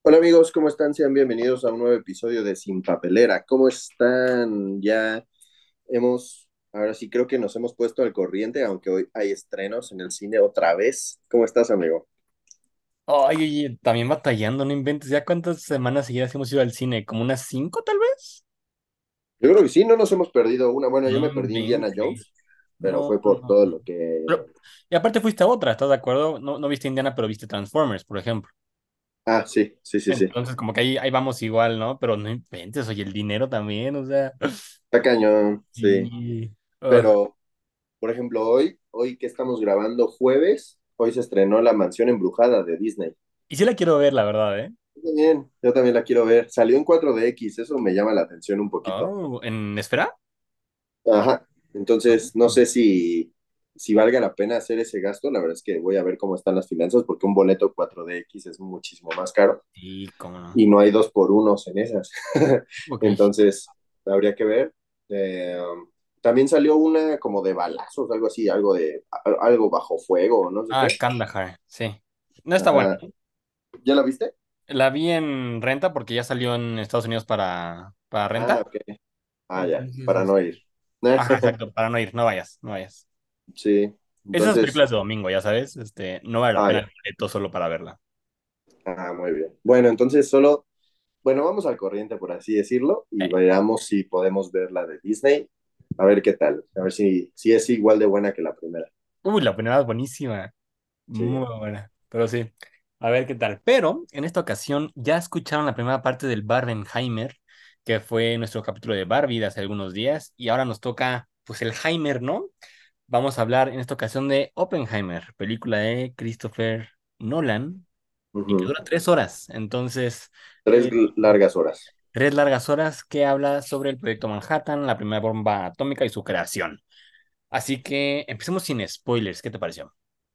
Hola amigos, ¿cómo están? Sean bienvenidos a un nuevo episodio de Sin Papelera. ¿Cómo están? Ahora sí creo que nos hemos puesto al corriente, aunque hoy hay estrenos en el cine otra vez. ¿Cómo estás, amigo? Ay, oye, también batallando, no inventes. ¿Ya cuántas semanas seguidas hemos ido al cine? ¿Como unas cinco, tal vez? Yo creo que sí, no nos hemos perdido una. Bueno, yo No me perdí Indiana inventes. Jones, pero No, fue no, por no, todo no. lo que... Pero, y aparte fuiste a otra, ¿estás de acuerdo? No viste Indiana, pero viste Transformers, por ejemplo. Ah, sí, sí, sí, sí. Entonces, como que ahí vamos igual, ¿no? Pero no inventes, oye, el dinero también, o sea. Está cañón, sí. Sí. Pero, por ejemplo, hoy que estamos grabando jueves, hoy se estrenó La Mansión Embrujada de Disney. Y sí la quiero ver, la verdad, ¿eh? Yo también la quiero ver. Salió en 4DX, eso me llama la atención un poquito. Oh, ¿en Esfera? Ajá. Entonces, no Oh, sé si valga la pena hacer ese gasto. La verdad es que voy a ver cómo están las finanzas, porque un boleto 4DX es muchísimo más caro sí, cómo no. y no hay dos por unos en esas. Ok. Entonces, habría que ver. También salió una como de balazos, algo así, algo bajo fuego, no sé Ah, qué. Kandahar, sí. No está buena. Ajá. ¿Ya la viste? La vi en renta porque ya salió en Estados Unidos para Ah, renta. ok. Ah, ya, Entonces, para no ir. ajá, exacto, para no ir, no vayas, no vayas. Sí, Esas entonces, películas de domingo, ya sabes, no vale la ah, pena ya. el boleto solo para verla. Muy bien. Bueno, entonces bueno, vamos al corriente, por así decirlo, y veamos si podemos ver la de Disney. A ver qué tal. A ver si es igual de buena que la primera. Uy, la primera es buenísima, Sí. muy buena, pero sí, a ver qué tal. Pero en esta ocasión ya escucharon la primera parte del Barbenheimer, que fue nuestro capítulo de Barbie de hace algunos días, y ahora nos toca, pues, el Heimer, ¿no? Vamos a hablar en esta ocasión de Oppenheimer, película de Christopher Nolan, y que Ujú. dura 3 horas. Entonces, Tres eh, largas horas. 3 largas horas que habla sobre el proyecto Manhattan, la primera bomba atómica y su creación. Así que empecemos sin spoilers. ¿Qué te pareció?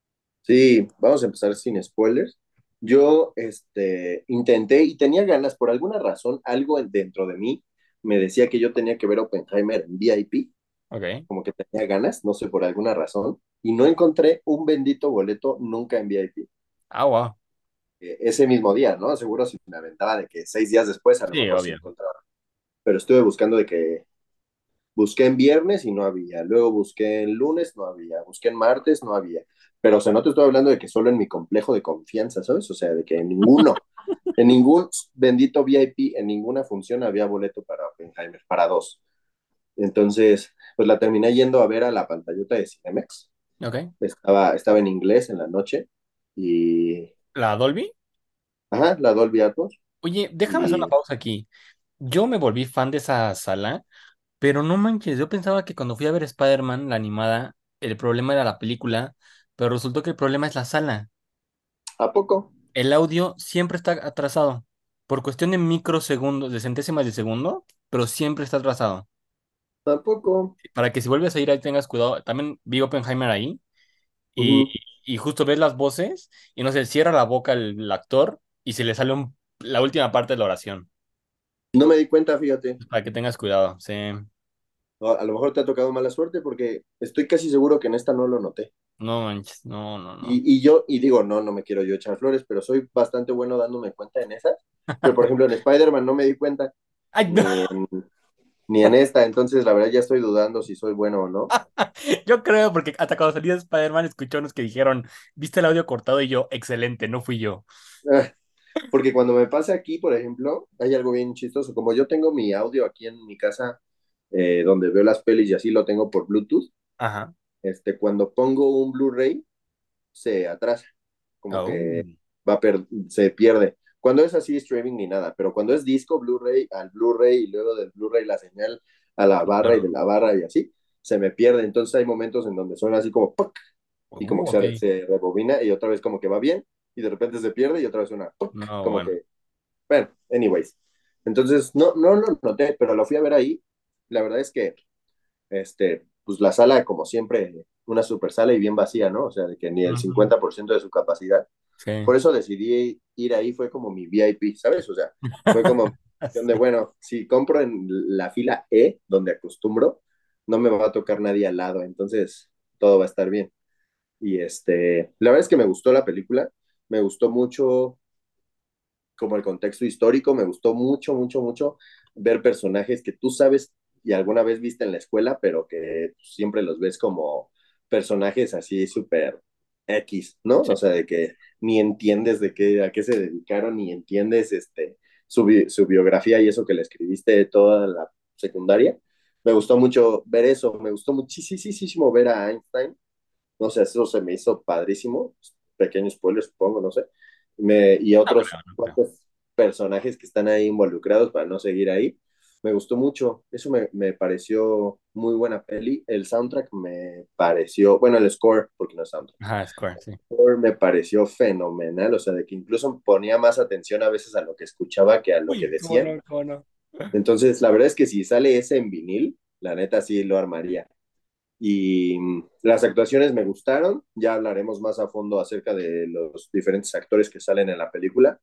Sí, vamos a empezar sin spoilers. Yo, intenté y tenía ganas, por alguna razón, algo dentro de mí me decía que yo tenía que ver Oppenheimer en VIP, Ok. como que tenía ganas, no sé, por alguna razón, y no encontré un bendito boleto nunca en VIP. Ah, wow. Ese mismo día, ¿no? Seguro si me aventaba de que 6 días después a lo Sí, mejor se obvio. encontraba. Pero estuve buscando de que busqué en viernes y no había, luego busqué en lunes, no había, busqué en martes, no había. Pero, o sea, no te estoy hablando de que solo en mi complejo de confianza, ¿sabes? O sea, de que en ningún bendito VIP, en ninguna función había boleto para Oppenheimer, para dos. Entonces, pues la terminé yendo a ver a la pantallota de Cinemex. Ok. Estaba en inglés en la noche y, ¿La Dolby? ajá, la Dolby Atmos. Oye, déjame hacer una Y pausa aquí. Yo me volví fan de esa sala, pero no manches, yo pensaba que cuando fui a ver Spider-Man, la animada, el problema era la película, pero resultó que el problema es la sala. ¿a poco? El audio siempre está atrasado, por cuestión de microsegundos, de centésimas de segundo, pero siempre está atrasado. Tampoco. Para que si vuelves a ir ahí tengas cuidado. También vi Oppenheimer ahí y, Ujú. y justo ves las voces y no sé, cierra la boca el actor y se le sale la última parte de la oración. No me di cuenta, fíjate. Para que tengas cuidado, sí. A lo mejor te ha tocado mala suerte porque estoy casi seguro que en esta no lo noté. No manches, no, no, no. Y digo, no, no me quiero yo echar flores, pero soy bastante bueno dándome cuenta en esas. Pero por ejemplo, en Spider-Man no me di cuenta, Ay, no. ni en, ni en esta, entonces la verdad ya estoy dudando si soy bueno o no. Yo creo, porque hasta cuando salí de Spider-Man escuché unos que dijeron, ¿viste el audio cortado? Y yo, excelente, no fui yo. Ah, Porque cuando me pasa aquí, por ejemplo, hay algo bien chistoso. Como yo tengo mi audio aquí en mi casa, donde veo las pelis y así lo tengo por Bluetooth, Ajá. cuando pongo un Blu-ray, se atrasa, como Oh. que se pierde. Cuando es así, streaming ni nada, pero cuando es disco, Blu-ray al Blu-ray y luego del Blu-ray la señal a la barra y de Claro. la barra y así, se me pierde. Entonces hay momentos en donde suena así como ¡puc! Y como que Ok. se rebobina y otra vez como que va bien y de repente se pierde y otra vez suena ¡puc! No, Como bueno. que, bueno, anyways. Entonces no lo noté, pero lo fui a ver ahí. La verdad es que pues la sala, como siempre, una super sala y bien vacía, ¿no? O sea, de que ni el Ujú. 50% de su capacidad. Sí. Por eso decidí ir ahí, fue como mi VIP, ¿sabes? O sea, fue como de, bueno, si compro en la fila E, donde acostumbro, no me va a tocar nadie al lado, entonces todo va a estar bien. Y la verdad es que me gustó la película, me gustó mucho como el contexto histórico, me gustó mucho, mucho, mucho ver personajes que tú sabes y alguna vez viste en la escuela, pero que siempre los ves como personajes así súper X, ¿no? Sí, O sea, de que ni entiendes a qué se dedicaron, ni entiendes su biografía y eso que le escribiste toda la secundaria. Me gustó mucho ver eso, me gustó muchísimo ver a Einstein, no sé, eso se me hizo padrísimo, pequeño spoiler supongo, no sé, y no otros creo, no creo. cuantos personajes que están ahí involucrados para no seguir ahí. Me gustó mucho, eso me pareció muy buena peli. El soundtrack me pareció, bueno, el score, porque no es soundtrack, Ajá, Square, sí. el score me pareció fenomenal, o sea, de que incluso ponía más atención a veces a lo que escuchaba que a lo que Uy, cómo decían. no, cómo no. Entonces, la verdad es que si sale ese en vinil, la neta sí lo armaría. Y las actuaciones me gustaron, ya hablaremos más a fondo acerca de los diferentes actores que salen en la película.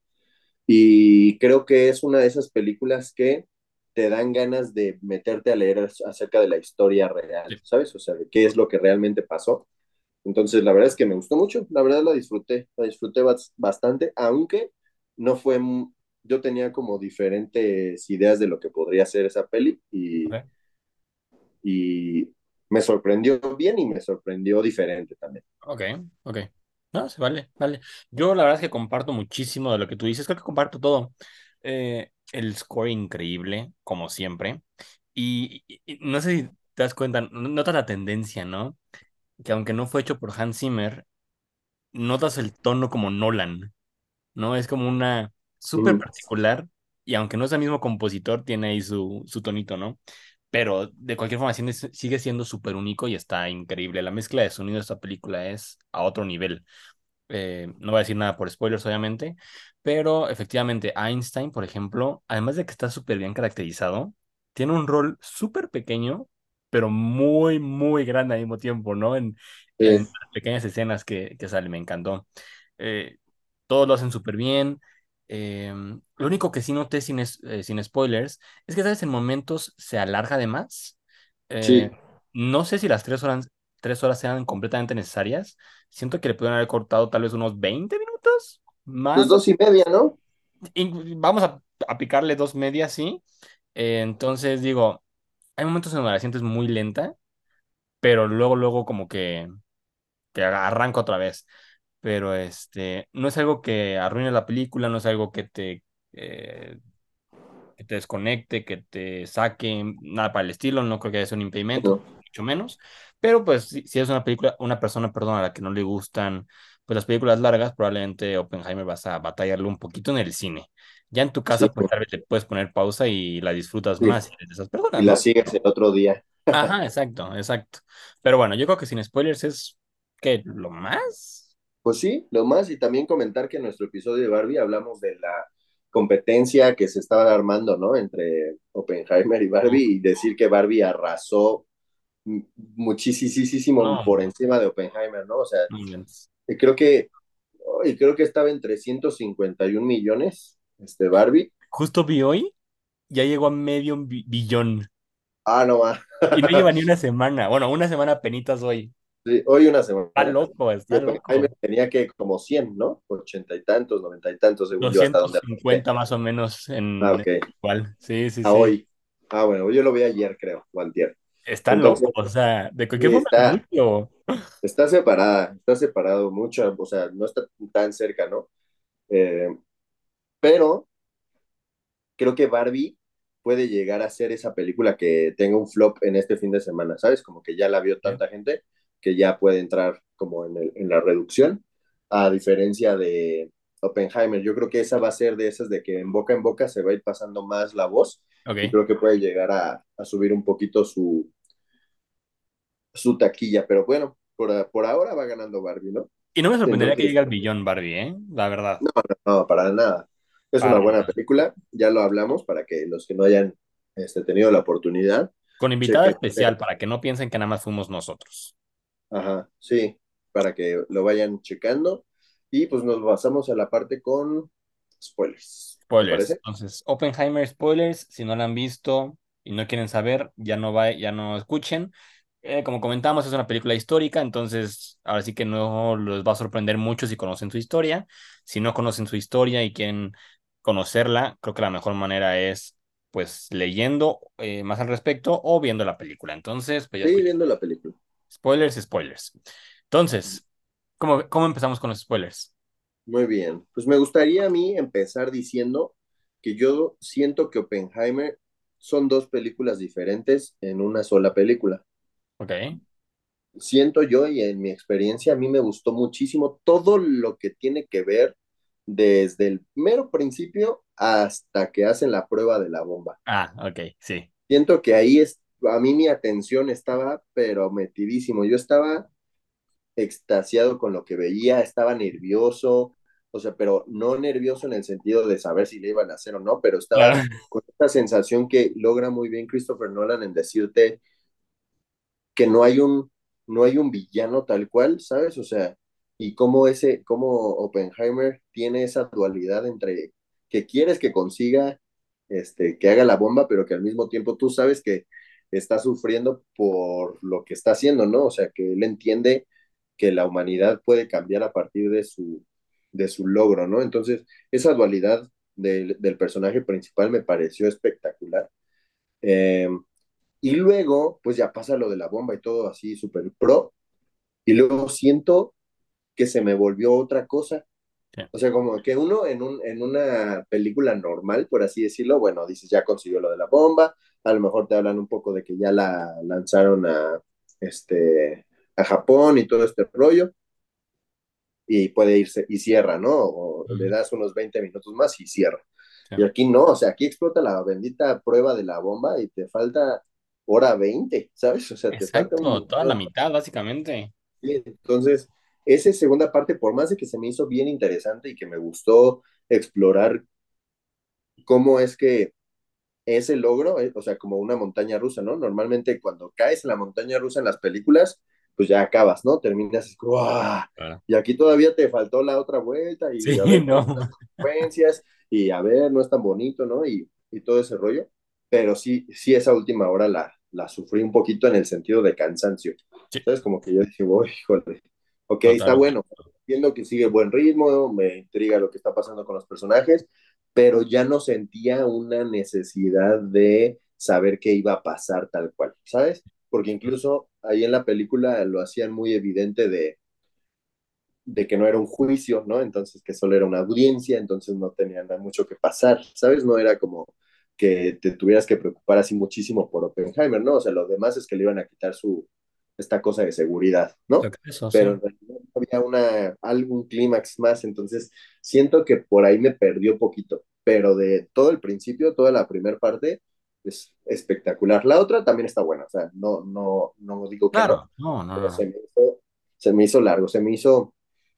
Y creo que es una de esas películas que te dan ganas de meterte a leer acerca de la historia real, Sí. ¿sabes? O sea, de qué es lo que realmente pasó. Entonces, la verdad es que me gustó mucho, la verdad la disfruté bastante, aunque no fue, yo tenía como diferentes ideas de lo que podría ser esa peli Ok, y me sorprendió bien y me sorprendió diferente también. ok, ok. No, se vale, vale. Yo la verdad es que comparto muchísimo de lo que tú dices, creo que comparto todo. El score increíble, como siempre. Y no sé si te das cuenta, notas la tendencia, ¿no? Que aunque no fue hecho por Hans Zimmer, notas el tono como Nolan, ¿no? Es como una súper Ujú. particular y aunque no es el mismo compositor, tiene ahí su tonito, ¿no? Pero de cualquier forma sigue siendo súper único y está increíble. La mezcla de sonido de esta película es a otro nivel. No voy a decir nada por spoilers, obviamente, pero efectivamente Einstein, por ejemplo, además de que está súper bien caracterizado, tiene un rol súper pequeño, pero muy, muy grande al mismo tiempo, ¿no? En Sí, las pequeñas escenas que sale, me encantó. Eh, Todos lo hacen súper bien. Lo único que sí noté sin spoilers es que, ¿sabes? En momentos se alarga de más. Eh, sí, no sé si las 3 horas sean completamente necesarias. Siento que le pudieron haber cortado tal vez unos 20 minutos, pues más o 2:30, ¿no? vamos a picarle 2 medias, sí. Entonces digo, hay momentos en donde la sientes muy lenta, pero luego como que arranca otra vez. Pero no es algo que arruine la película, no es algo eh, que te desconecte, que te saque, nada para el estilo, no creo que haya sido un impedimento, No, mucho menos. Pero pues si es una persona, perdón, a la que no le gustan pues las películas largas, probablemente Oppenheimer vas a batallarlo un poquito en el cine. Ya en tu casa, sí, pues tal vez le puedes poner pausa y la disfrutas sí. más si eres de esas Y personas, la ¿no? sigues el otro día. Ajá, exacto, exacto. Pero bueno, yo creo que sin spoilers es que lo más. Pues sí, lo más, y también comentar que en nuestro episodio de Barbie hablamos de la competencia que se estaba armando, ¿no? Entre Oppenheimer y Uf, Barbie, y decir que Barbie arrasó muchísimo no, por encima de Oppenheimer, ¿no? O sea, no inventes. y creo que, y creo que estaba en 351 millones, Barbie. Justo vi hoy, ya llegó a medio billón. Ah, no va. Y no lleva ni una semana. Bueno, una semana penitas hoy. Sí, hoy una semana. Está loco, Y está Oppenheimer loco. tenía que como 100, ¿no? 80 y tantos, 90 y tantos, según yo, hasta doscientos donde apunté. cincuenta más o menos Ah, en ok. igual. Sí, sí, A sí. hoy. Ah, bueno, yo lo vi ayer, creo, o antier. Está Entonces, loco. O sea, de cualquier sí, forma es mucho. está separado mucho, o sea, no está tan cerca, ¿no? Eh, pero creo que Barbie puede llegar a ser esa película que tenga un flop en este fin de semana, ¿sabes? Como que ya la vio ¿Eh? tanta gente que ya puede entrar como en la reducción, a diferencia de Oppenheimer. Yo creo que esa va a ser de esas de que en boca se va a ir pasando más la voz y Ok. creo que puede llegar a subir un poquito su taquilla, pero bueno, por ahora va ganando Barbie, ¿no? Y no me sorprendería que Entonces, llegue al billón Barbie, ¿eh? La verdad. no, para nada. Es una Para buena nada. película, ya lo hablamos para que los que no hayan tenido la oportunidad, Con invitada chequen. especial para que no piensen que nada más fuimos nosotros. Ajá, sí, para que lo vayan checando. Y pues nos basamos a la parte con spoilers. ¿Te Spoilers. parece? Entonces, Oppenheimer spoilers, si no la han visto y no quieren saber, ya no escuchen. Como comentamos, es una película histórica, entonces ahora sí que no les va a sorprender mucho si conocen su historia. Si no conocen su historia y quieren conocerla, creo que la mejor manera es pues leyendo más al respecto o viendo la película. Entonces, pues ya Sí, escuché. viendo la película. Spoilers, spoilers. Entonces, ¿cómo empezamos con los spoilers? Muy bien. Pues me gustaría a mí empezar diciendo que yo siento que Oppenheimer son dos películas diferentes en una sola película. Ok. Siento yo y en mi experiencia a mí me gustó muchísimo todo lo que tiene que ver desde el mero principio hasta que hacen la prueba de la bomba. Ah, ok, sí. Siento que ahí es, a mí mi atención estaba pero metidísimo. Yo estaba extasiado con lo que veía, estaba nervioso, o sea, pero no nervioso en el sentido de saber si le iban a hacer o no, pero estaba Claro. con esta sensación que logra muy bien Christopher Nolan en decirte que no hay un villano tal cual, ¿sabes? O sea, y cómo Oppenheimer tiene esa dualidad entre que quieres que consiga, que haga la bomba, pero que al mismo tiempo tú sabes que está sufriendo por lo que está haciendo, ¿no? O sea, que él entiende que la humanidad puede cambiar a partir de su logro, ¿no? Entonces, esa dualidad del personaje principal me pareció espectacular. Eh, y luego, pues ya pasa lo de la bomba y todo así súper pro. Y luego siento que se me volvió otra cosa. Sí. O sea, como que uno en una película normal, por así decirlo, bueno, dices, ya consiguió lo de la bomba, a lo mejor te hablan un poco de que ya la lanzaron a Japón y todo este rollo, y puede irse y cierra, ¿no? O le Ujú. das unos 20 minutos más y cierra. Sí. Y aquí no, o sea, aquí explota la bendita prueba de la bomba y te falta hora 20, ¿sabes? O sea, te falta un Exacto, toda la montón. mitad, básicamente. Sí, entonces, esa segunda parte, por más de que se me hizo bien interesante y que me gustó explorar cómo es que ese logro, o sea, como una montaña rusa, ¿no? Normalmente cuando caes en la montaña rusa en las películas, pues ya acabas, ¿no? Terminas así como, ¡ah! Claro. Y aquí todavía te faltó la otra vuelta y Sí, a ver cuáles son las no. consecuencias y a ver, no es tan bonito, ¿no? Y todo ese rollo. Pero sí, sí, esa última hora la sufrí un poquito en el sentido de cansancio. Sí, ¿Sabes? Como que yo dije, uy, híjole, ok, está totalmente. bueno. Viendo que sigue buen ritmo, me intriga lo que está pasando con los personajes, pero ya no sentía una necesidad de saber qué iba a pasar tal cual, ¿sabes? Porque incluso ahí en la película lo hacían muy evidente de que no era un juicio, ¿no? Entonces que solo era una audiencia, entonces no tenía nada mucho que pasar, ¿sabes? No era como que te tuvieras que preocupar así muchísimo por Oppenheimer, ¿no? O sea, lo demás es que le iban a quitar esta cosa de seguridad, ¿no? Eso, Pero sí. en realidad no había algún clímax más, entonces siento que por ahí me perdió poquito, pero de todo el principio, toda la primera parte, es espectacular. La otra también está buena, o sea, no, no, no digo que no, Claro, no, no, pero no, no. se me hizo largo, se me hizo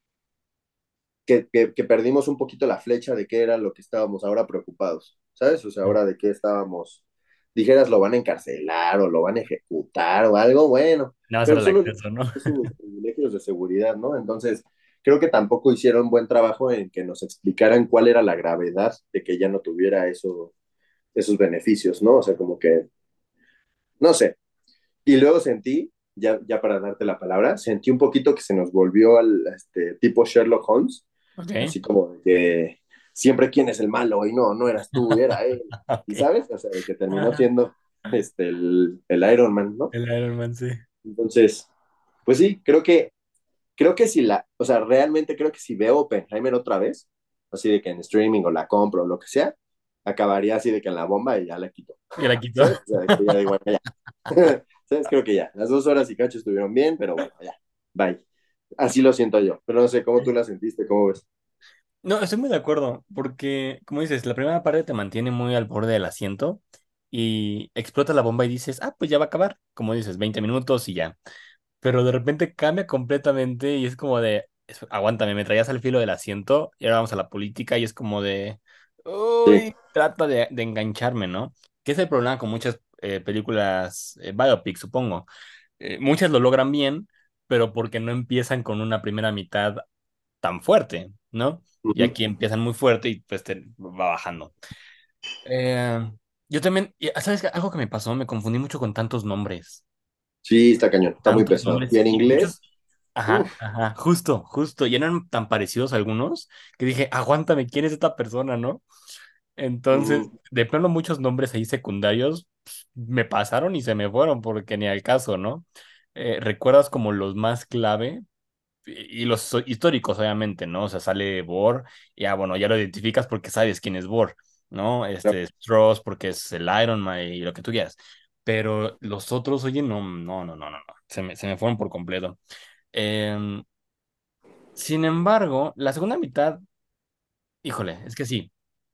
que perdimos un poquito la flecha de qué era lo que estábamos ahora preocupados, ¿sabes? O sea, Sí. ahora de qué estábamos, dijeras, lo van a encarcelar o lo van a ejecutar o algo, bueno, Nada más era pero el solo acceso, ¿no? sus privilegios de seguridad, ¿no? Entonces, creo que tampoco hicieron buen trabajo en que nos explicaran cuál era la gravedad de que ya no tuviera esos beneficios, ¿no? O sea, como que, no sé. Y luego sentí, ya para darte la palabra, sentí un poquito que se nos volvió al tipo Sherlock Holmes, Ok. así como de que siempre quién es el malo y no, no eras tú, era él. Y Ok. sabes, o sea, de que terminó Ajá. siendo el Iron Man, ¿no? El Iron Man, sí. Entonces, pues sí, creo que o sea, realmente creo que si veo Oppenheimer otra vez, así de que en streaming o la compro o lo que sea, acabaría así de que en la bomba y ya la quito, Y la quitó. ¿sabes? O sea, de que ya digo, bueno, ya. ¿Sabes? Creo que ya. Las 2 horas y cacho estuvieron bien, pero bueno, ya. Bye. Así lo siento yo. Pero no sé cómo tú la sentiste, cómo ves. No, estoy muy de acuerdo, porque, como dices, la primera parte te mantiene muy al borde del asiento y explota la bomba y dices, ah, pues ya va a acabar. Como dices, 20 minutos y ya. Pero de repente cambia completamente y es como de, aguántame, me traías al filo del asiento y ahora vamos a la política y es como de, Sí. uy, trata de engancharme, ¿no? Que es el problema con muchas películas biopic, supongo. Muchas lo logran bien, pero porque no empiezan con una primera mitad tan fuerte, ¿no? Y Ujú. aquí empiezan muy fuerte y pues te va bajando. Yo también, ¿sabes qué? Algo que me pasó? Me confundí mucho con tantos nombres. Sí, está cañón. Está muy Tantos pesado. nombres Y en y inglés, muchos. Ajá, Uf, ajá, justo, justo. Y eran tan parecidos algunos que dije, aguántame, ¿quién es esta persona, no? Entonces, ujú, de plano muchos nombres ahí secundarios me pasaron y se me fueron porque ni al caso, ¿no? ¿Recuerdas como los más clave? Y los históricos, obviamente, ¿no? O sea, sale Bor, ya bueno, ya lo identificas porque sabes quién es Bor, ¿no? claro. Stross porque es el Iron Man y lo que tú quieras. Pero los otros, oye, no, no, no, no, no, no. Se me fueron por completo. Em, Sin embargo, la segunda mitad, híjole, es que sí,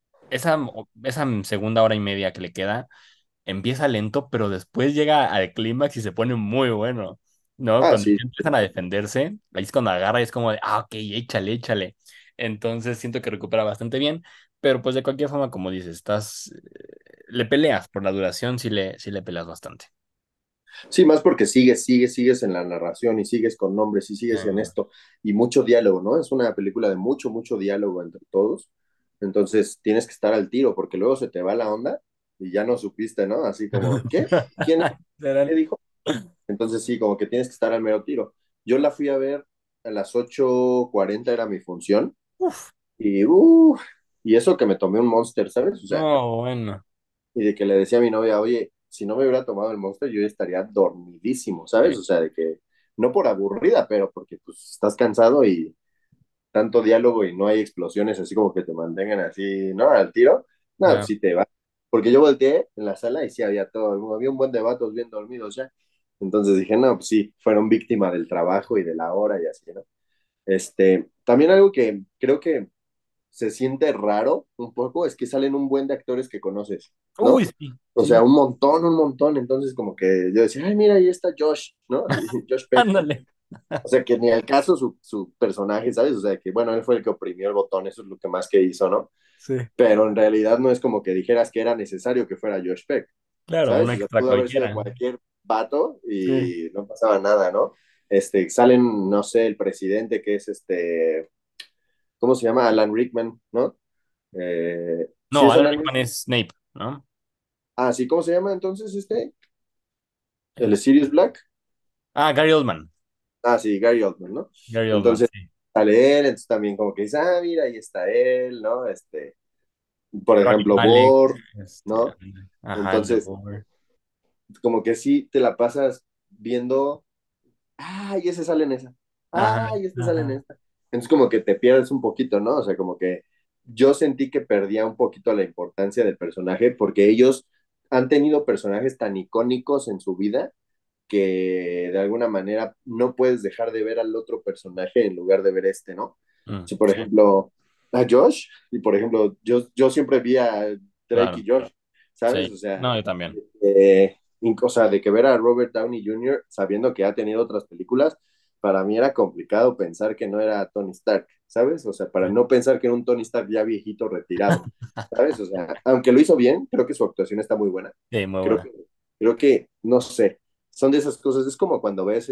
esa segunda hora y media que le queda empieza lento, pero después llega al clímax y se pone muy bueno, ¿no? Ah, Cuando sí. ya empiezan a defenderse, ahí es cuando agarra y es como de, ok, échale, échale. Entonces siento que recupera bastante bien, pero pues de cualquier forma, como dices, le peleas por la duración, sí le peleas bastante. Sí, más porque sigues en la narración y sigues con nombres y sigues en esto y mucho diálogo, ¿no? Es una película de mucho, mucho diálogo entre todos. Entonces tienes que estar al tiro porque luego se te va la onda y ya no supiste, ¿no? Así como, ¿qué? ¿Quién? ¿Qué Literal. dijo? Entonces sí, como que tienes que estar al mero tiro. Yo la fui a ver a las 8:40 era mi función Uf, y eso que me tomé un Monster, ¿sabes? O sea, no, bueno. y de que le decía a mi novia, oye, si no me hubiera tomado el Monster, yo ya estaría dormidísimo, ¿sabes? Sí, O sea, de que no por aburrida, pero porque pues estás cansado y tanto diálogo y no hay explosiones así como que te mantengan así, ¿no? Al tiro. No, pues claro. sí te va. Porque yo volteé en la sala y sí había todo, había un buen de vatos bien dormidos ya. Entonces dije, no, pues sí, fueron víctima del trabajo y de la hora y así, ¿no? También algo que creo que se siente raro un poco es que salen un buen de actores que conoces, Uy, ¿no? sí, O sea, sí, un montón, un montón. Entonces, como que yo decía, ay, mira, ahí está Josh, ¿no? Josh Peck. ándale. O sea, que ni al caso su personaje, ¿sabes? O sea, que bueno, él fue el que oprimió el botón, eso es lo que más que hizo, ¿no? Sí, Pero en realidad no es como que dijeras que era necesario que fuera Josh Peck, claro, un ¿sabes? O sea, extra pudo haber sido cualquiera. cualquier vato Sí. y no pasaba nada, ¿no? Salen, no sé, el presidente que es ¿cómo se llama? Alan Rickman, ¿no? ¿Sí No, es Alan Alan Rickman Rickman? es Snape, ¿no? Ah, sí, ¿cómo se llama entonces ¿El Es... Sirius Black? Gary Oldman. Ah, sí, Gary Oldman, ¿no? Gary Oldman, Entonces sí. sale él, entonces también como que dice, ah, mira, ahí está él, ¿no? Por Rami ejemplo, Malek, Borg, ¿no? ajá, el de Entonces, Bower. como que sí te la pasas viendo, y ese sale en esa, Ajá, y este sale en ajá. esta. Entonces como que te pierdes un poquito, ¿no? O sea, como que yo sentí que perdía un poquito la importancia del personaje porque ellos han tenido personajes tan icónicos en su vida que de alguna manera no puedes dejar de ver al otro personaje en lugar de ver ¿no? Si por Sí, ejemplo a Josh, y por ejemplo yo siempre vi a Drake claro, y Josh, ¿sabes? sí. O sea, No, yo también. de que ver a Robert Downey Jr. sabiendo que ha tenido otras películas, para mí era complicado pensar que no era Tony Stark, ¿sabes? O sea, para Sí, no pensar que era un Tony Stark ya viejito retirado, ¿sabes? O sea, aunque lo hizo bien, creo que su actuación está muy buena. sí, muy Creo buena. que, creo que, no sé, son de esas cosas, es como cuando ves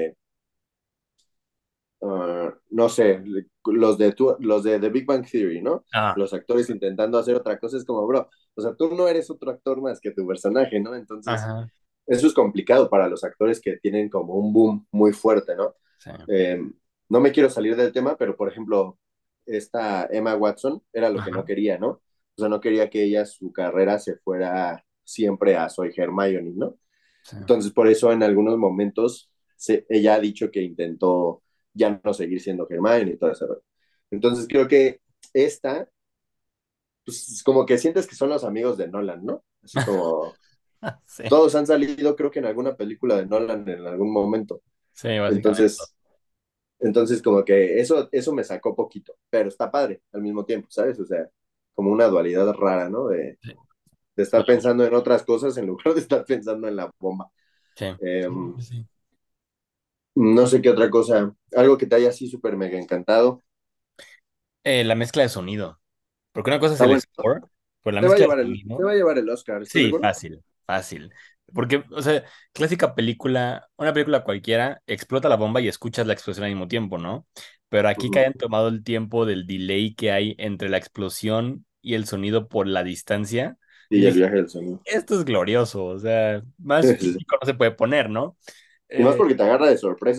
no sé, los de The Big Bang Theory, ¿no? Ah, Los actores intentando hacer otra cosa, es como, bro, o sea, tú no eres otro actor más que tu personaje, ¿no? Entonces, ajá, eso es complicado para los actores que tienen como un boom muy fuerte, ¿no? sí, Eh, no me quiero salir del tema, pero por ejemplo, esta Emma Watson era lo que no ajá, quería, ¿no? O sea, no quería que ella, su carrera se fuera siempre a Soy Hermione, ¿no? sí. Entonces, por eso en algunos momentos ella ha dicho que intentó ya no seguir siendo Hermione y todo eso. Entonces, creo que esta, pues como que sientes que son los amigos de Nolan, ¿no? Así como Sí, todos han salido, creo que en alguna película de Nolan en algún momento. sí, básicamente. Entonces, como que eso me sacó poquito, pero está padre al mismo tiempo, ¿sabes? O sea, como una dualidad rara, ¿no? Sí, De sí, estar pensando en otras cosas en lugar de estar pensando en la bomba. sí, Eh, sí, sí, sí. no sé qué otra cosa, algo que te haya así súper mega encantado. La mezcla de sonido. Porque una cosa es Está el bueno, score, pero la se va a mezcla de llevar se sonido. va a llevar el Oscar, ¿estás de Sí, acuerdo? fácil, fácil. Porque, o sea, clásica película, una película cualquiera, explota la bomba y escuchas la explosión al mismo tiempo, ¿no? Pero aquí que Ujú. hayan tomado el tiempo del delay que hay entre la explosión y el sonido por la distancia, yo Y el dije, viaje del sonido. esto es glorioso, o sea, más épico no se puede poner, ¿no? Y más Eh, porque te agarra de sorpresa, ¿no?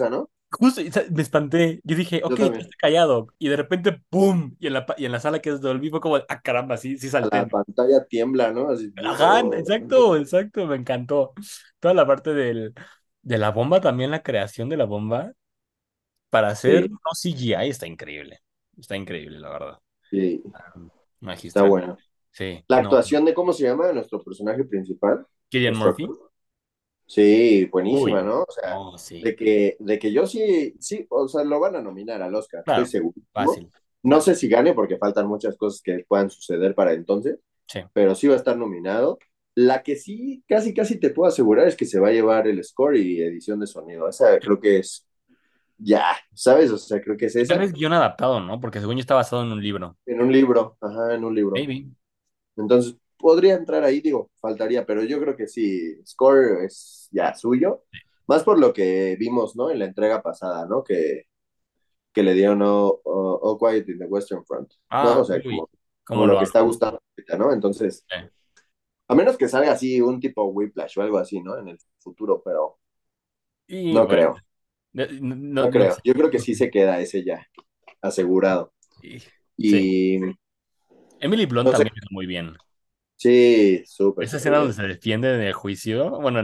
justo me espanté. Yo dije, Yo ok, tú también. estás callado. Y de repente, ¡pum! Y en la sala que es Dolby fue como, ah, caramba, sí, sí A salté. la pantalla tiembla, ¿no? Así, Ajá, ¡wow! exacto, exacto, me encantó. Toda la parte de la bomba, también la creación de la bomba, para hacer Sí, no CGI está increíble. Está increíble, la verdad. sí, está Magistral. bueno. Sí, La no. actuación de, ¿cómo se llama? Nuestro personaje principal, Cillian nuestro Murphy. actor. Sí, buenísima, Uy, ¿no? O sea, no, sí. de que yo sí, sí, o sea, lo van a nominar al Oscar, estoy Claro, segurísimo. fácil, No fácil. sé si gane porque faltan muchas cosas que puedan suceder para entonces, Sí. pero sí va a estar nominado. La que sí, casi, casi te puedo asegurar es que se va a llevar el score y edición de sonido. Esa creo que es, ya, ¿sabes? O sea, creo que es Y tal esa. vez guión adaptado, ¿no? Porque según yo está basado en un libro. En un libro, ajá, en un libro. Maybe. Entonces, podría entrar ahí, digo, faltaría, pero yo creo que sí, Score es ya suyo, más por lo que vimos, ¿no? En la entrega pasada, ¿no? Que le dieron All Quiet in the Western Front, ¿no? Ah, O sea, uy, como cómo lo lo que está amé. gustando ahorita, ¿no? Entonces, a menos que salga así un tipo Whiplash o algo así, ¿no? En el futuro, pero Y no bueno, creo, no, no, no no creo. sé. Yo creo que No sí sé. se queda ese ya, asegurado. Y- Sí. Y Emily Blunt no sé, también hizo muy bien. sí, súper, Esa súper escena donde bien. se defiende en el juicio, bueno,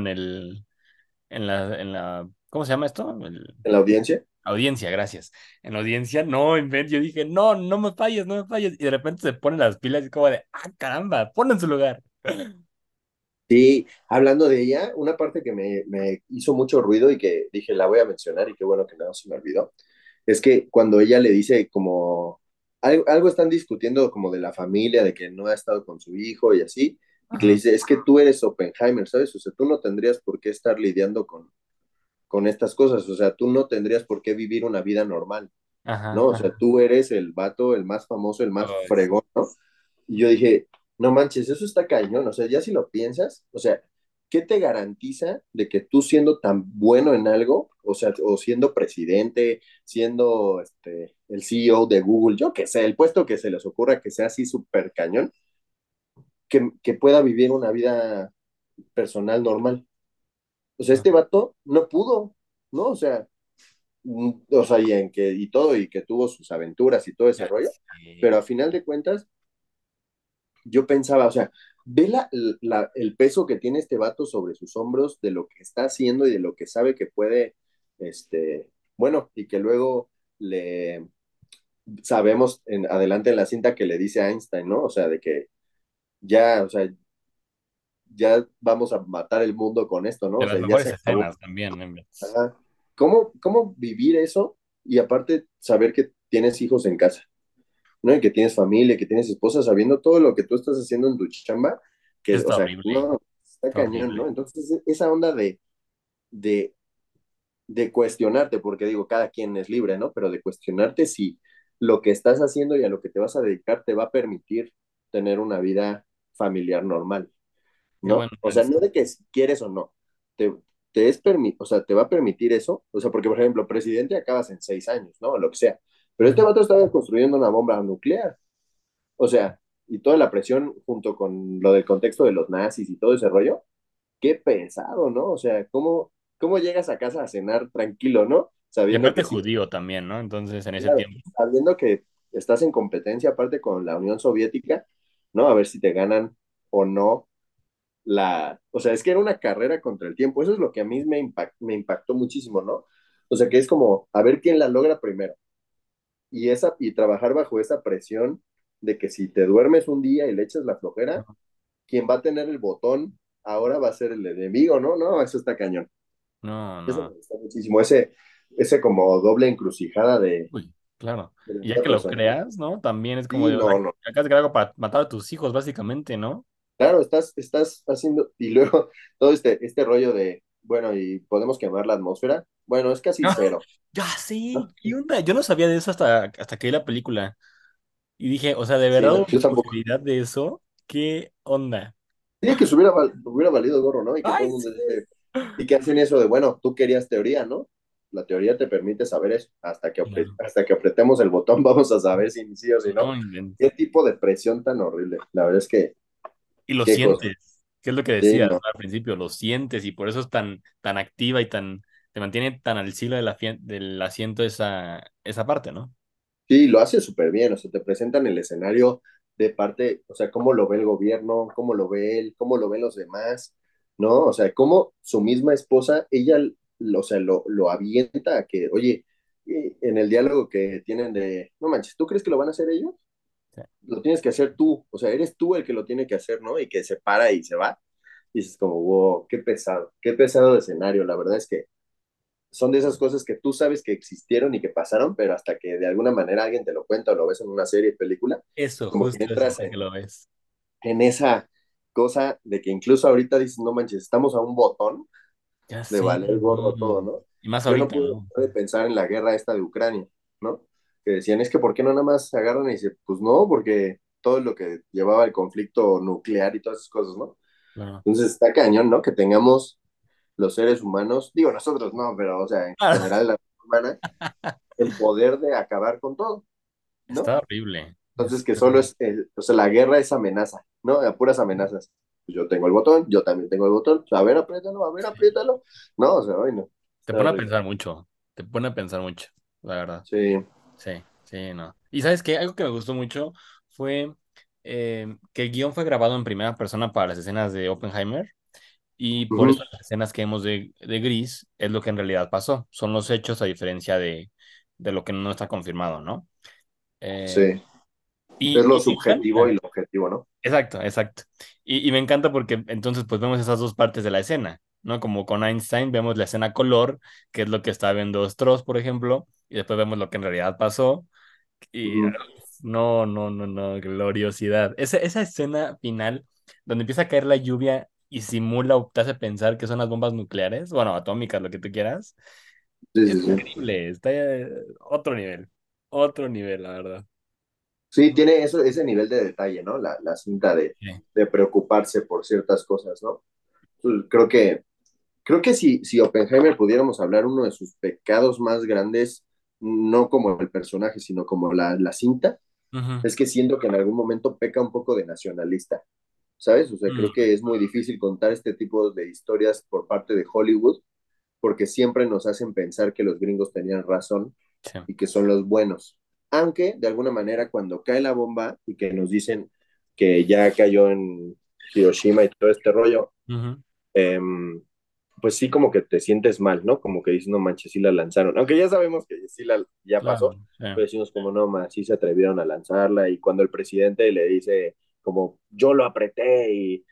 ¿cómo se llama esto? En la audiencia. Audiencia, gracias. En la audiencia, no, yo dije, no, no me falles, no me falles. Y de repente se ponen las pilas y como de, ah, caramba, ponlo en su lugar. Sí, hablando de ella, una parte que me hizo mucho ruido y que dije la voy a mencionar y qué bueno que no se me olvidó, es que cuando ella le dice como algo están discutiendo como de la familia, de que no ha estado con su hijo y así, y que le Ajá, dice, es que tú eres Oppenheimer, ¿sabes? O sea, tú no tendrías por qué estar lidiando con estas cosas, o sea, tú no tendrías por qué vivir una vida normal, ajá, ¿no? O sea, ajá. tú eres el vato, el más famoso, el más Ay, sí. fregón, ¿no? Y yo dije, no manches, eso está cañón, o sea, ya si lo piensas, o sea, ¿qué te garantiza de que tú siendo tan bueno en algo, o sea, o siendo presidente, siendo el CEO de Google, yo qué sé, el puesto que se les ocurra que sea así súper cañón, que pueda vivir una vida personal normal? O sea, Ah, este vato no pudo, ¿no? O sea, y todo, y que tuvo sus aventuras y todo ese ya rollo, sé. pero a final de cuentas, yo pensaba, o sea, ve el peso que tiene este vato sobre sus hombros de lo que está haciendo y de lo que sabe que puede, bueno, y que luego le sabemos adelante en la cinta que le dice a Einstein, ¿no? O sea, de que ya, o sea, ya vamos a matar el mundo con esto, ¿no? De O las sea, ya mejores se acabó. escenas también, ¿no? Ajá. ¿Cómo vivir eso y aparte saber que tienes hijos en casa? ¿No? Y que tienes familia, que tienes esposa, sabiendo todo lo que tú estás haciendo en tu chamba, que, o Está sea, horrible, no, está está cañón, ¿no? horrible. Entonces, esa onda de, de cuestionarte, porque digo, cada quien es libre, ¿no? Pero de cuestionarte si lo que estás haciendo y a lo que te vas a dedicar te va a permitir tener una vida familiar normal, Qué bueno ¿no? O sea, no pensar. de que si quieres o no, te, o sea, te va a permitir eso, o sea, porque por ejemplo, presidente acabas en 6 años, ¿no? O lo que sea, pero este Ujú. vato estaba construyendo una bomba nuclear, o sea, y toda la presión junto con lo del contexto de los nazis y todo ese rollo, qué pesado, ¿no? O sea, ¿cómo llegas a casa a cenar tranquilo, ¿no? Y Sabiendo aparte que sí, judío también, ¿no? Entonces, en ese claro, tiempo. sabiendo que estás en competencia aparte con la Unión Soviética, ¿no? A ver si te ganan o no o sea, es que era una carrera contra el tiempo, eso es lo que a mí me impactó muchísimo, ¿no? O sea, que es como, a ver quién la logra primero, y trabajar bajo esa presión de que si te duermes un día y le echas la flojera, quien va a tener el botón ahora va a ser el enemigo, ¿no? No, eso está cañón. No, Eso no. me gusta muchísimo. Ese como doble encrucijada Uy, claro. de la Y ya vida que lo personal. creas, ¿no? También es como Sí, de, no, no. acá de algo para matar a tus hijos, básicamente, ¿no? Claro, estás haciendo, y luego todo este rollo de, bueno, y podemos quemar la atmósfera. Bueno, es casi cero, Ya sí, ¿no? ¿qué onda? Yo no sabía de eso hasta que vi la película. Y dije, o sea, ¿de Sí, verdad no, hubo yo tampoco. posibilidad de eso? ¿Qué onda? Sí, que se hubiera valido gorro, ¿no? Y que todo Ay, el mundo sí. dice, y que hacen eso de, bueno, tú querías teoría, ¿no? La teoría te permite saber eso. Claro. Hasta que apretemos el botón vamos a saber si sí o si no. No inventes. Qué tipo de presión tan horrible. La verdad es que, Y lo qué cosa. sientes, que es lo que Sí, decías, ¿no? no. Al principio, lo sientes y por eso es tan, tan activa y tan, te mantiene tan al filo de del asiento esa parte, ¿no? Sí, lo hace súper bien, o sea, te presentan el escenario de parte, o sea, cómo lo ve el gobierno, cómo lo ve él, cómo lo ven los demás, ¿no? O sea, cómo su misma esposa, ella, o sea, lo avienta a que, oye, en el diálogo que tienen de, no manches, ¿tú crees que lo van a hacer ellos? Sí. Lo tienes que hacer tú, o sea, eres tú el que lo tiene que hacer, ¿no? Y que se para y se va. Y dices como, wow, qué pesado de escenario, la verdad es que son de esas cosas que tú sabes que existieron y que pasaron, pero hasta que de alguna manera alguien te lo cuenta o lo ves en una serie, película, Eso, como que justo eso, entras hasta que lo ves. en esa cosa de que incluso ahorita dices, no manches, estamos a un botón Ya de sé, valer gorro todo, no. ¿no? Y más Yo no ahorita, pude ¿no? dejar de pensar en la guerra esta de Ucrania, ¿no? Que decían, es que ¿por qué no nada más se agarran y dicen, pues no, porque todo lo que llevaba el conflicto nuclear y todas esas cosas, ¿no? Claro. Entonces está cañón, ¿no? Que tengamos los seres humanos, digo nosotros no, pero o sea, en general la raza humana, el poder de acabar con todo, ¿no? Está horrible. Entonces, que solo es, o sea, la guerra es amenaza, ¿no? A puras amenazas. Pues yo tengo el botón, yo también tengo el botón, a ver, Sí. apriétalo. No, o sea, hoy no, Te está pone a horrible. pensar mucho. Te pone a pensar mucho, la verdad. Sí. Sí, sí, no. Y sabes qué, algo que me gustó mucho fue que el guión fue grabado en primera persona para las escenas de Oppenheimer y por Ujú. eso las escenas que vemos de Gris es lo que en realidad pasó. Son los hechos a diferencia de lo que no está confirmado, ¿no? Sí. Eh, Es lo y me subjetivo y encanta. lo objetivo, ¿no? Exacto, exacto. Y me encanta porque entonces pues vemos esas dos partes de la escena, ¿no? Como con Einstein vemos la escena color, que es lo que está viendo Strauss, por ejemplo, y después vemos lo que en realidad pasó. Y Ujú. no, no, no, no, gloriosidad. Esa escena final donde empieza a caer la lluvia y simula o te hace pensar que son las bombas nucleares, bueno, atómicas, lo que tú quieras, Sí, es sí, sí. increíble, está otro nivel, la verdad. Sí, tiene eso, ese nivel de detalle, ¿no? La cinta Sí. de preocuparse por ciertas cosas, ¿no? Creo que si Oppenheimer pudiéramos hablar uno de sus pecados más grandes, no como el personaje, sino como la cinta, Ujú. es que siento que en algún momento peca un poco de nacionalista, ¿sabes? O sea, creo Mm, que es muy difícil contar este tipo de historias por parte de Hollywood porque siempre nos hacen pensar que los gringos tenían razón sí. y que son los buenos. Aunque, de alguna manera, cuando cae la bomba y que nos dicen que ya cayó en Hiroshima y todo este rollo, Ujú. eh, pues sí como que te sientes mal, ¿no? Como que dices, no manches, sí la lanzaron. Aunque ya sabemos que sí ya Claro, pasó, sí. pero decimos como, no, más, sí se atrevieron a lanzarla. Y cuando el presidente le dice como, yo lo apreté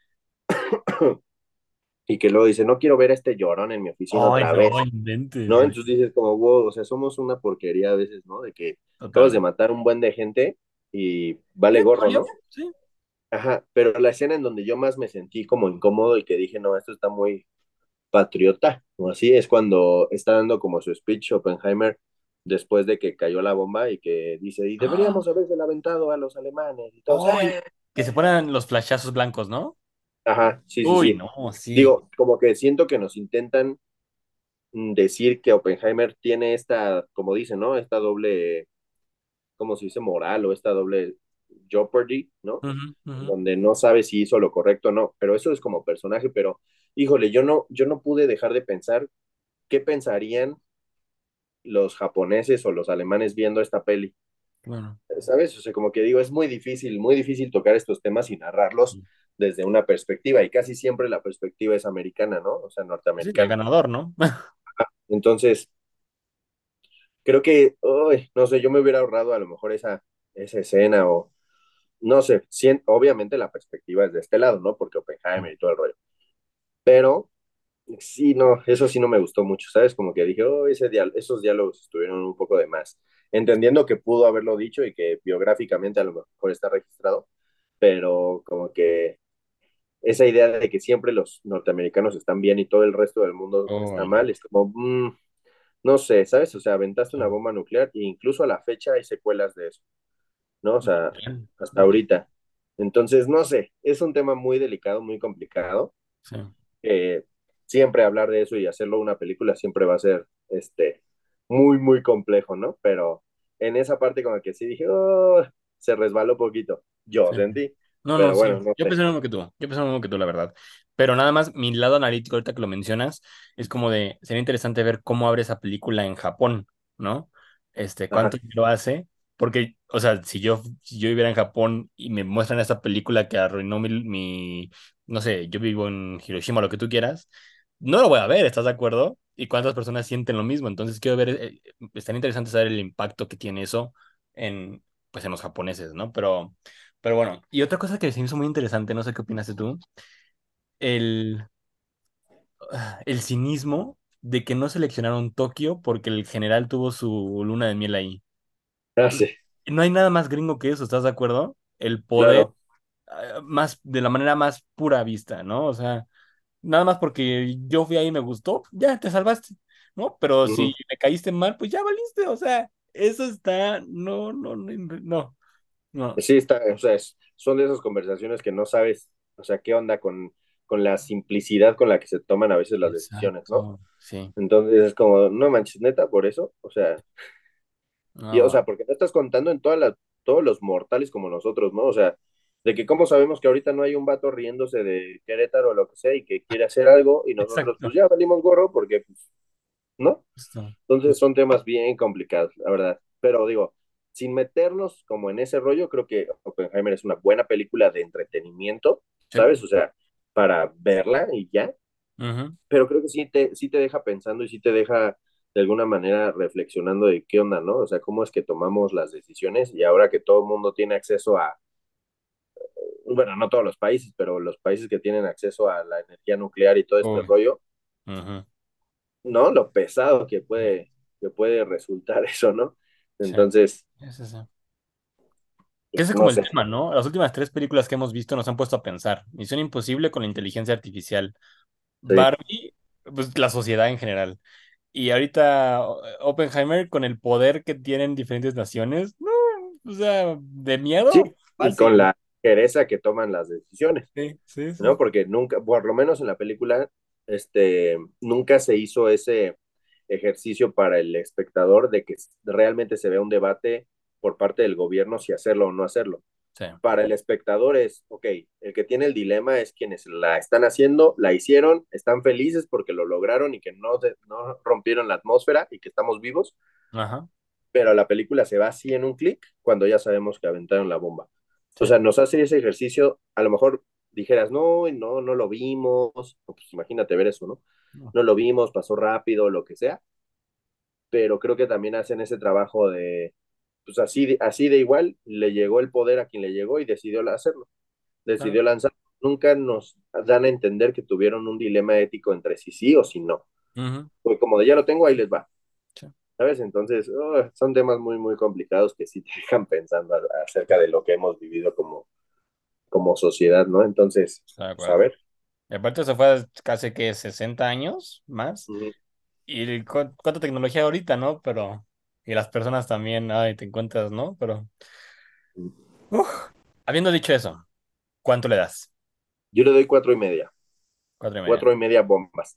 y que luego dice, no quiero ver a este llorón en mi oficina Ay, otra vez, no inventes, ¿no? güey. Entonces dices como, wow, o sea, somos una porquería a veces, ¿no? De que acabas de Totalmente. matar un buen de gente y ¿Ya vale gorro, valió? ¿no? Sí. Ajá, pero la escena en donde yo más me sentí como incómodo y que dije, no, esto está muy patriota, o así, es cuando está dando como su speech Oppenheimer después de que cayó la bomba y que dice, y Ah, deberíamos haberse aventado a los alemanes y todos, ay, que se ponen los flashazos blancos, ¿no? Ajá, sí, sí, Uy, sí. no, sí. Digo, como que siento que nos intentan decir que Oppenheimer tiene esta, como dice, ¿no? Esta doble, ¿cómo se dice? Moral o esta doble jeopardy, ¿no? Ujú, ujú. Donde no sabe si hizo lo correcto o no, pero eso es como personaje, pero híjole, yo no pude dejar de pensar qué pensarían los japoneses o los alemanes viendo esta peli, Bueno, ¿sabes? O sea, como que digo, es muy difícil tocar estos temas y narrarlos sí. desde una perspectiva, y casi siempre la perspectiva es americana, ¿no? O sea, Sí, del norteamericana. ganador, ¿no? Entonces, creo que, uy, no sé, yo me hubiera ahorrado a lo mejor esa escena o, no sé, obviamente la perspectiva es de este lado, ¿no? Porque Sí, Oppenheimer y todo el rollo. Pero sí, no, eso sí no me gustó mucho, ¿sabes? Como que dije, oh, esos diálogos estuvieron un poco de más. Entendiendo que pudo haberlo dicho y que biográficamente a lo mejor está registrado, pero como que esa idea de que siempre los norteamericanos están bien y todo el resto del mundo está uy, no. mal, es como, no sé, ¿sabes? O sea, aventaste Sí, una bomba nuclear e incluso a la fecha hay secuelas de eso, ¿no? O sea, literal, hasta literal. ahorita. Entonces, no sé, es un tema muy delicado, muy complicado. Sí, Siempre hablar de eso y hacerlo una película siempre va a ser muy, muy complejo, ¿no? Pero en esa parte como que sí dije, oh, se resbaló poquito. Yo sí. sentí. No, no, Pero bueno, sí. no Yo sé. pensé lo mismo que tú. Yo pensé lo mismo que tú, la verdad. Pero nada más, mi lado analítico, ahorita que lo mencionas, es como de, sería interesante ver cómo abre esa película en Japón, ¿no? Ajá. Cuánto lo hace. Porque, o sea, si yo viviera en Japón y me muestran esa película que arruinó no sé, yo vivo en Hiroshima, lo que tú quieras, no lo voy a ver, ¿estás de acuerdo? ¿Y cuántas personas sienten lo mismo? Entonces quiero ver, estaría interesante saber el impacto que tiene eso en, pues, en los japoneses, ¿no? Pero bueno, y otra cosa que se me hizo muy interesante, no sé qué opinas tú, el, el cinismo de que no seleccionaron Tokio porque el general tuvo su luna de miel ahí. Ah, sí, No hay nada más gringo que eso, ¿estás de acuerdo? El poder claro. más de la manera más pura vista, ¿no? O sea, nada más porque yo fui ahí y me gustó, ya te salvaste, ¿no? Pero si Ujú. me caíste mal, pues ya valiste, o sea, eso está, no, no, no, no, no. Sí, está, o sea, son de esas conversaciones que no sabes, o sea, qué onda con la simplicidad con la que se toman a veces las decisiones, ¿no? Exacto, sí. Entonces es como, no manches, neta, por eso, o sea, y, o No, sea, porque no estás contando en todos los mortales como nosotros, ¿no? O sea, de que cómo sabemos que ahorita no hay un vato riéndose de Querétaro o lo que sea y que quiere hacer algo y nosotros exacto. pues ya valimos gorro porque, pues, ¿no? Justo, Entonces justo. son temas bien complicados, la verdad. Pero digo, sin meternos como en ese rollo, creo que Oppenheimer es una buena película de entretenimiento, Sí. ¿sabes? O sea, para verla y ya. Ujú. Pero creo que sí te deja pensando y sí te deja de alguna manera reflexionando de qué onda, ¿no? O sea, cómo es que tomamos las decisiones y ahora que todo el mundo tiene acceso a, bueno, no todos los países, pero los países que tienen acceso a la energía nuclear y todo este Uy, rollo, ujú. ¿no? Lo pesado que puede resultar eso, ¿no? Sí, Entonces, sí, sí. Que pues ese es no como el sé. tema, ¿no? Las últimas tres películas que hemos visto nos han puesto a pensar. Misión Imposible con la inteligencia artificial. Sí, Barbie, pues la sociedad en general. Y ahorita Oppenheimer con el poder que tienen diferentes naciones. No, o sea, de sí, miedo, y con fácil. la pereza que toman las decisiones, Sí, sí, ¿no? sí. Porque nunca, por lo menos en la película, nunca se hizo ese ejercicio para el espectador de que realmente se vea un debate por parte del gobierno si hacerlo o no hacerlo. Sí. Para el espectador es, ok, el que tiene el dilema es quienes la están haciendo, la hicieron, están felices porque lo lograron y que no rompieron la atmósfera y que estamos vivos, Ajá. pero la película se va así en un clic cuando ya sabemos que aventaron la bomba. O Sí. sea, nos hace ese ejercicio, a lo mejor dijeras, no, no, no lo vimos, pues imagínate ver eso, ¿no? No. No lo vimos, pasó rápido, lo que sea, pero creo que también hacen ese trabajo de, pues así de igual, le llegó el poder a quien le llegó y decidió hacerlo, Claro. decidió lanzar. Nunca nos dan a entender que tuvieron un dilema ético entre si sí o si no. Ujú. Porque como de ya lo tengo, ahí les va. Sí. ¿Sabes? Entonces, son temas muy, muy complicados que sí te dejan pensando acerca de lo que hemos vivido como sociedad, ¿no? Entonces, Estoy de pues a acuerdo. ver. Y aparte se fue casi que 60 años más. Ujú. Y cuánta tecnología ahorita, ¿no? Pero, y las personas también, ay, te encuentras, ¿no? Pero, uf, habiendo dicho eso, ¿cuánto le das? Yo le doy 4.5. 4:30. 4.5 bombas.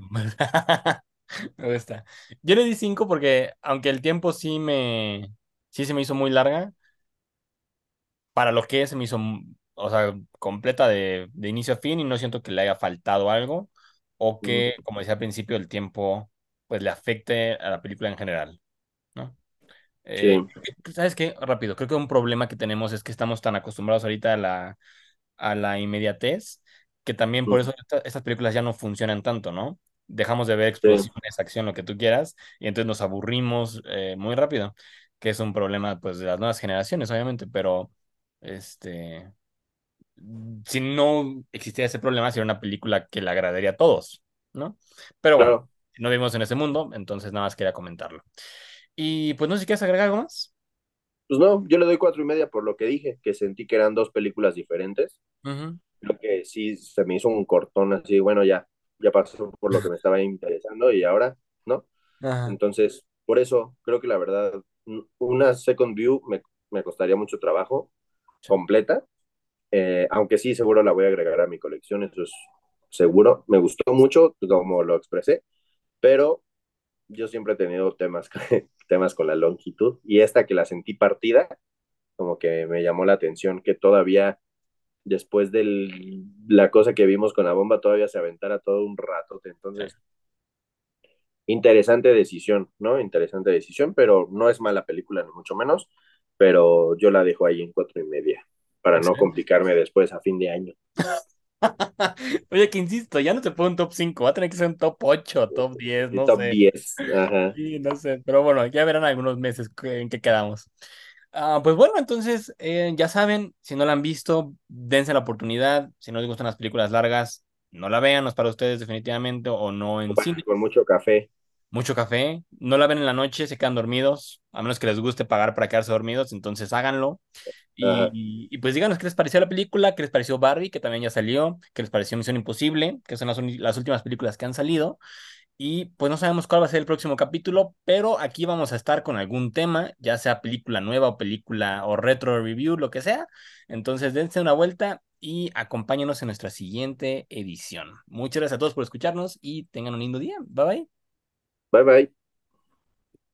Me gusta. Yo le di 5 porque, aunque el tiempo sí se me hizo muy larga, para lo que es, se me hizo, o sea, completa de inicio a fin y no siento que le haya faltado algo o que, Ujú. como decía al principio, el tiempo, pues le afecte a la película en general, ¿no? Sí, ¿Sabes qué? Rápido, creo que un problema que tenemos es que estamos tan acostumbrados ahorita a la inmediatez que también por ujú, eso estas películas ya no funcionan tanto, ¿no? Dejamos de ver sí, explosiones, acción, lo que tú quieras, y entonces nos aburrimos muy rápido, que es un problema pues de las nuevas generaciones, obviamente, pero este, si no existiera ese problema, sería una película que le agradaría a todos, ¿no? Pero bueno, claro. no vivimos en ese mundo, entonces nada más quería comentarlo. Y pues no sé si quieres agregar algo más. Pues no, yo le doy 4.5 por lo que dije, que sentí que eran dos películas diferentes. Ujú. Creo que sí se me hizo un cortón así, bueno, ya pasó por lo que me estaba interesando y ahora, ¿no? Ajá. Entonces, por eso creo que la verdad, una second view me costaría mucho trabajo Sí. completa, aunque sí, seguro la voy a agregar a mi colección, eso es seguro. Me gustó mucho como lo expresé, pero yo siempre he tenido temas con la longitud y esta que la sentí partida, como que me llamó la atención que todavía después de la cosa que vimos con la bomba, todavía se aventara todo un rato. Sí. Entonces, interesante decisión, ¿no? Interesante decisión, pero no es mala película, ni mucho menos. Pero yo la dejo ahí en 4.5, para no Excelente. complicarme después a fin de año. Oye, que insisto, ya no te pongo un top 5, va a tener que ser un top 8, top 10, El no top sé. 10, ajá. Sí, no sé, pero bueno, ya verán algunos meses en qué quedamos. Pues bueno, entonces, ya saben, si no la han visto, dense la oportunidad. Si no les gustan las películas largas, no la vean, no es para ustedes definitivamente, o no en cine. Con mucho café. Mucho café, no la ven en la noche, se quedan dormidos, a menos que les guste pagar para quedarse dormidos, entonces háganlo. Ajá. Y pues díganos qué les pareció la película, qué les pareció Barbie, que también ya salió, qué les pareció Misión Imposible, que son las últimas películas que han salido. Y pues no sabemos cuál va a ser el próximo capítulo, pero aquí vamos a estar con algún tema, ya sea película nueva o película o retro review, lo que sea. Entonces dense una vuelta y acompáñenos en nuestra siguiente edición. Muchas gracias a todos por escucharnos y tengan un lindo día. Bye bye. Bye bye.